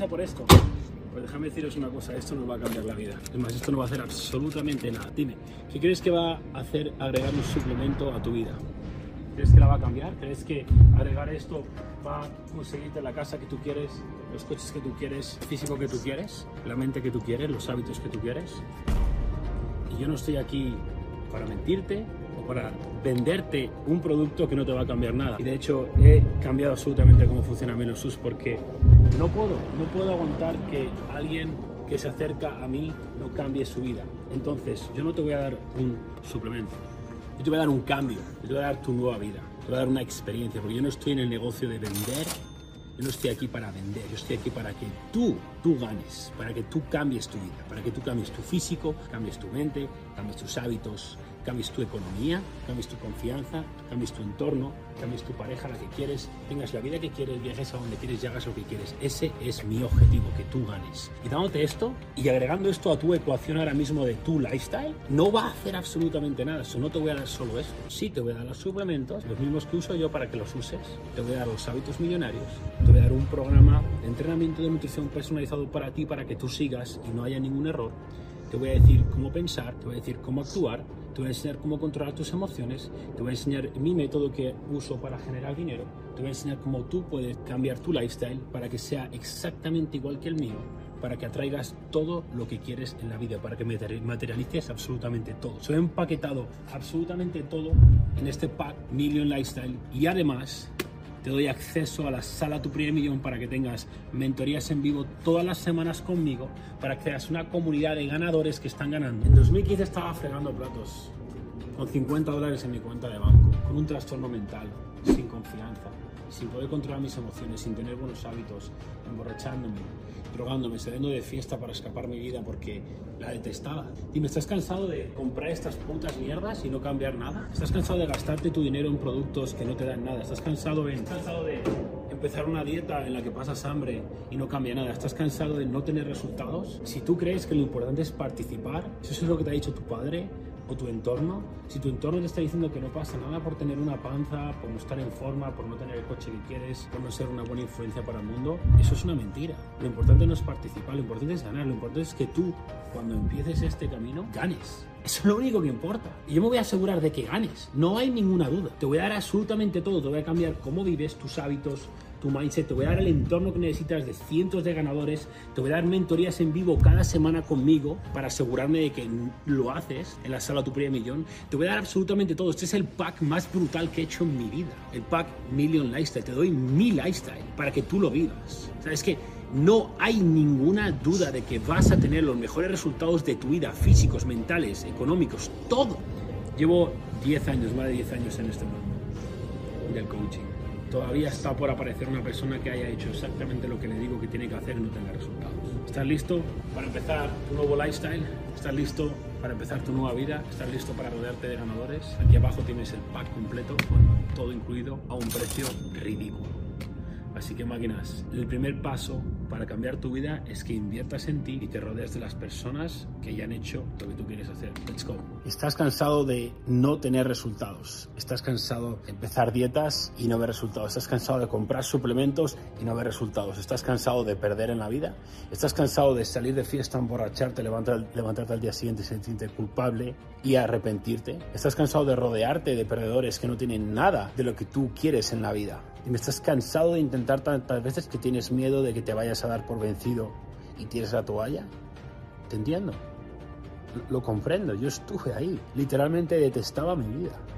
a por esto. Pues déjame deciros una cosa, esto no va a cambiar la vida. Es más, esto no va a hacer absolutamente nada. Dime, ¿qué crees que va a hacer agregar un suplemento a tu vida? ¿Crees que la va a cambiar? ¿Crees que agregar esto va a conseguirte la casa que tú quieres, los coches que tú quieres, el físico que tú quieres, la mente que tú quieres, los hábitos que tú quieres? Y yo no estoy aquí para mentirte o para venderte un producto que no te va a cambiar nada. Y de hecho he cambiado absolutamente cómo funciona MillionSubs porque no puedo aguantar que alguien que se acerca a mí no cambie su vida. Entonces yo no te voy a dar un suplemento, yo te voy a dar un cambio, yo te voy a dar tu nueva vida, te voy a dar una experiencia, porque yo no estoy en el negocio de vender. Yo no estoy aquí para vender, yo estoy aquí para que tú ganes, para que tú cambies tu vida, para que tú cambies tu físico, cambies tu mente, cambies tus hábitos, cambies tu economía, cambies tu confianza, cambies tu entorno, cambies tu pareja, la que quieres, tengas la vida que quieres, viajes a donde quieres y hagas lo que quieres. Ese es mi objetivo, que tú ganes. Y dándote esto y agregando esto a tu ecuación ahora mismo de tu lifestyle, no va a hacer absolutamente nada. Eso no te voy a dar solo esto. Sí, te voy a dar los suplementos, los mismos que uso yo para que los uses. Te voy a dar los hábitos millonarios. Te voy a dar un programa de entrenamiento de nutrición personalizado para ti, para que tú sigas y no haya ningún error. Te voy a decir cómo pensar, te voy a decir cómo actuar, te voy a enseñar cómo controlar tus emociones, te voy a enseñar mi método que uso para generar dinero, te voy a enseñar cómo tú puedes cambiar tu lifestyle para que sea exactamente igual que el mío, para que atraigas todo lo que quieres en la vida, para que materialices absolutamente todo. Se ha empaquetado absolutamente todo en este pack Million Lifestyle y además te doy acceso a la sala Tu Primer Millón para que tengas mentorías en vivo todas las semanas conmigo, para que creas una comunidad de ganadores que están ganando. En 2015 estaba fregando platos con $50 en mi cuenta de banco, con un trastorno mental, sin confianza, sin poder controlar mis emociones, sin tener buenos hábitos, emborrachándome, drogándome, saliendo de fiesta para escapar mi vida porque la detestaba. Dime, ¿estás cansado de comprar estas putas mierdas y no cambiar nada? ¿Estás cansado de gastarte tu dinero en productos que no te dan nada? ¿Estás cansado de empezar una dieta en la que pasas hambre y no cambia nada? ¿Estás cansado de no tener resultados? Si tú crees que lo importante es participar, si eso es lo que te ha dicho tu padre o tu entorno, si tu entorno te está diciendo que no pasa nada por tener una panza, por no estar en forma, por no tener el coche que quieres, por no ser una buena influencia para el mundo, eso es una mentira. Lo importante no es participar, lo importante es ganar, lo importante es que tú, cuando empieces este camino, ganes. Eso es lo único que importa. Y yo me voy a asegurar de que ganes, no hay ninguna duda. Te voy a dar absolutamente todo, te voy a cambiar cómo vives, tus hábitos, tu mindset, te voy a dar el entorno que necesitas de cientos de ganadores, te voy a dar mentorías en vivo cada semana conmigo para asegurarme de que lo haces en la sala Tu Primer Millón. Te voy a dar absolutamente todo. Este es el pack más brutal que he hecho en mi vida, el pack Million Lifestyle. Te doy mi lifestyle para que tú lo vivas. O sea, es que no hay ninguna duda de que vas a tener los mejores resultados de tu vida, físicos, mentales, económicos, todo. Llevo 10 años, más de 10 años en este mundo del coaching. Todavía está por aparecer una persona que haya hecho exactamente lo que le digo que tiene que hacer y no tenga resultados. ¿Estás listo para empezar tu nuevo lifestyle? ¿Estás listo para empezar tu nueva vida? ¿Estás listo para rodearte de ganadores? Aquí abajo tienes el pack completo con todo incluido a un precio ridículo. Así que máquinas, el primer paso para cambiar tu vida es que inviertas en ti y te rodees de las personas que ya han hecho lo que tú quieres hacer. Let's go. ¿Estás cansado de no tener resultados? ¿Estás cansado de empezar dietas y no ver resultados? ¿Estás cansado de comprar suplementos y no ver resultados? ¿Estás cansado de perder en la vida? ¿Estás cansado de salir de fiesta, emborracharte, levantarte al día siguiente y sentirte culpable y arrepentirte? ¿Estás cansado de rodearte de perdedores que no tienen nada de lo que tú quieres en la vida? Y me estás cansado de intentar tantas veces que tienes miedo de que te vayas a dar por vencido y tires la toalla. Te entiendo. Lo comprendo. Yo estuve ahí. Literalmente detestaba mi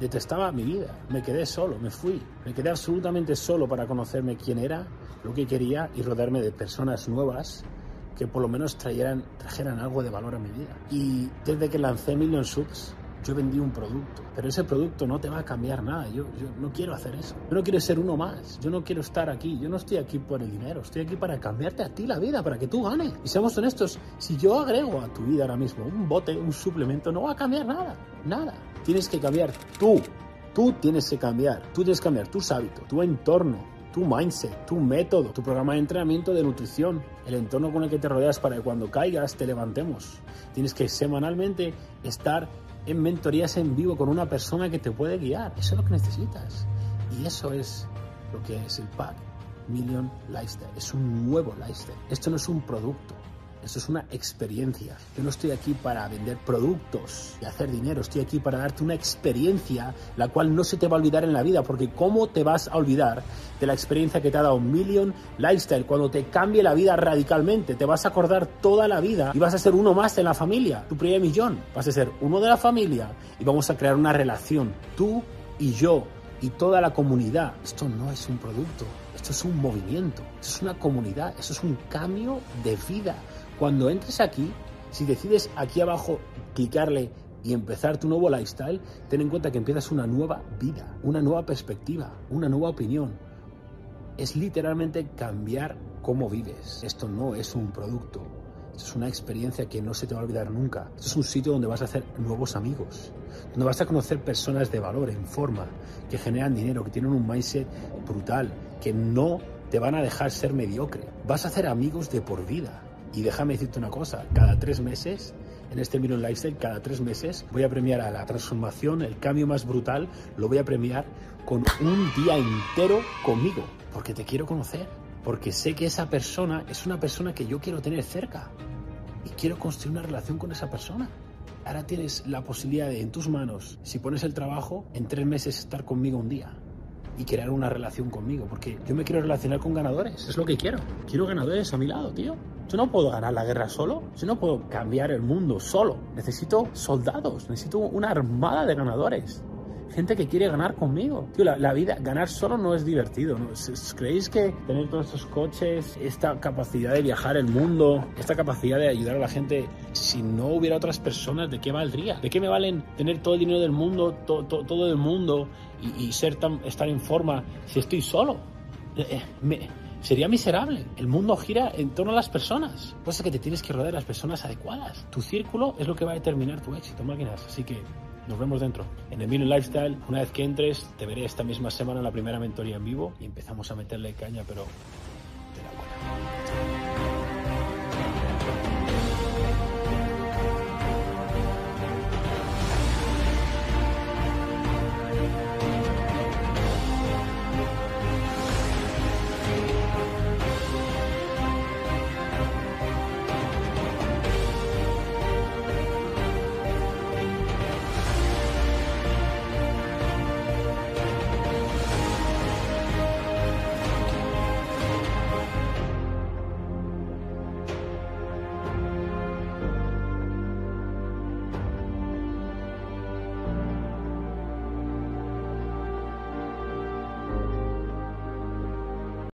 vida. Me quedé solo, me fui. Me quedé absolutamente solo para conocerme quién era, lo que quería y rodearme de personas nuevas que por lo menos trajeran algo de valor a mi vida. Y desde que lancé MillionSubs, yo vendí un producto, pero ese producto no te va a cambiar nada. Yo no quiero hacer eso. Yo no quiero ser uno más. Yo no quiero estar aquí. Yo no estoy aquí por el dinero. Estoy aquí para cambiarte a ti la vida, para que tú ganes. Y seamos honestos, si yo agrego a tu vida ahora mismo un bote, un suplemento, no va a cambiar nada. Nada. Tienes que cambiar tú. Tú tienes que cambiar. Tú tienes que cambiar tus hábitos, tu entorno, tu mindset, tu método, tu programa de entrenamiento de nutrición, el entorno con el que te rodeas para que cuando caigas te levantemos. Tienes que semanalmente estar en mentorías en vivo con una persona que te puede guiar. Eso es lo que necesitas. Y eso es lo que es el pack Million Lifestyle. Es un nuevo lifestyle. Esto no es un producto. Esto es una experiencia. Yo no estoy aquí para vender productos y hacer dinero. Estoy aquí para darte una experiencia la cual no se te va a olvidar en la vida. Porque ¿cómo te vas a olvidar de la experiencia que te ha dado Million Lifestyle? Cuando te cambie la vida radicalmente, te vas a acordar toda la vida y vas a ser uno más en la familia. Tu primer millón. Vas a ser uno de la familia y vamos a crear una relación. Tú y yo y toda la comunidad. Esto no es un producto. Esto es un movimiento. Esto es una comunidad. Esto es un cambio de vida. Cuando entres aquí, si decides aquí abajo clicarle y empezar tu nuevo lifestyle, ten en cuenta que empiezas una nueva vida, una nueva perspectiva, una nueva opinión. Es literalmente cambiar cómo vives. Esto no es un producto. Esto es una experiencia que no se te va a olvidar nunca. Esto es un sitio donde vas a hacer nuevos amigos, donde vas a conocer personas de valor, en forma, que generan dinero, que tienen un mindset brutal, que no te van a dejar ser mediocre. Vas a hacer amigos de por vida. Y déjame decirte una cosa, cada 3 meses, en este Million Lifestyle, cada 3 meses voy a premiar a la transformación, el cambio más brutal, lo voy a premiar con un día entero conmigo, porque te quiero conocer, porque sé que esa persona es una persona que yo quiero tener cerca y quiero construir una relación con esa persona. Ahora tienes la posibilidad de, en tus manos, si pones el trabajo, en 3 meses estar conmigo un día y crear una relación conmigo, porque yo me quiero relacionar con ganadores, es lo que quiero. Quiero ganadores a mi lado, tío. Yo no puedo ganar la guerra solo, yo no puedo cambiar el mundo solo. Necesito soldados, necesito una armada de ganadores. Gente que quiere ganar conmigo. Tío, la vida, ganar solo no es divertido, ¿no? ¿Creéis que tener todos estos coches, esta capacidad de viajar el mundo, esta capacidad de ayudar a la gente, si no hubiera otras personas, ¿de qué valdría? ¿De qué me valen tener todo el dinero del mundo, todo el mundo y estar en forma si estoy solo? Sería miserable. El mundo gira en torno a las personas. Cosa que te tienes que rodear de las personas adecuadas. Tu círculo es lo que va a determinar tu éxito, máquinas. Así que nos vemos dentro. En el Million Lifestyle, una vez que entres, te veré esta misma semana en la primera mentoría en vivo y empezamos a meterle caña, pero de la buena.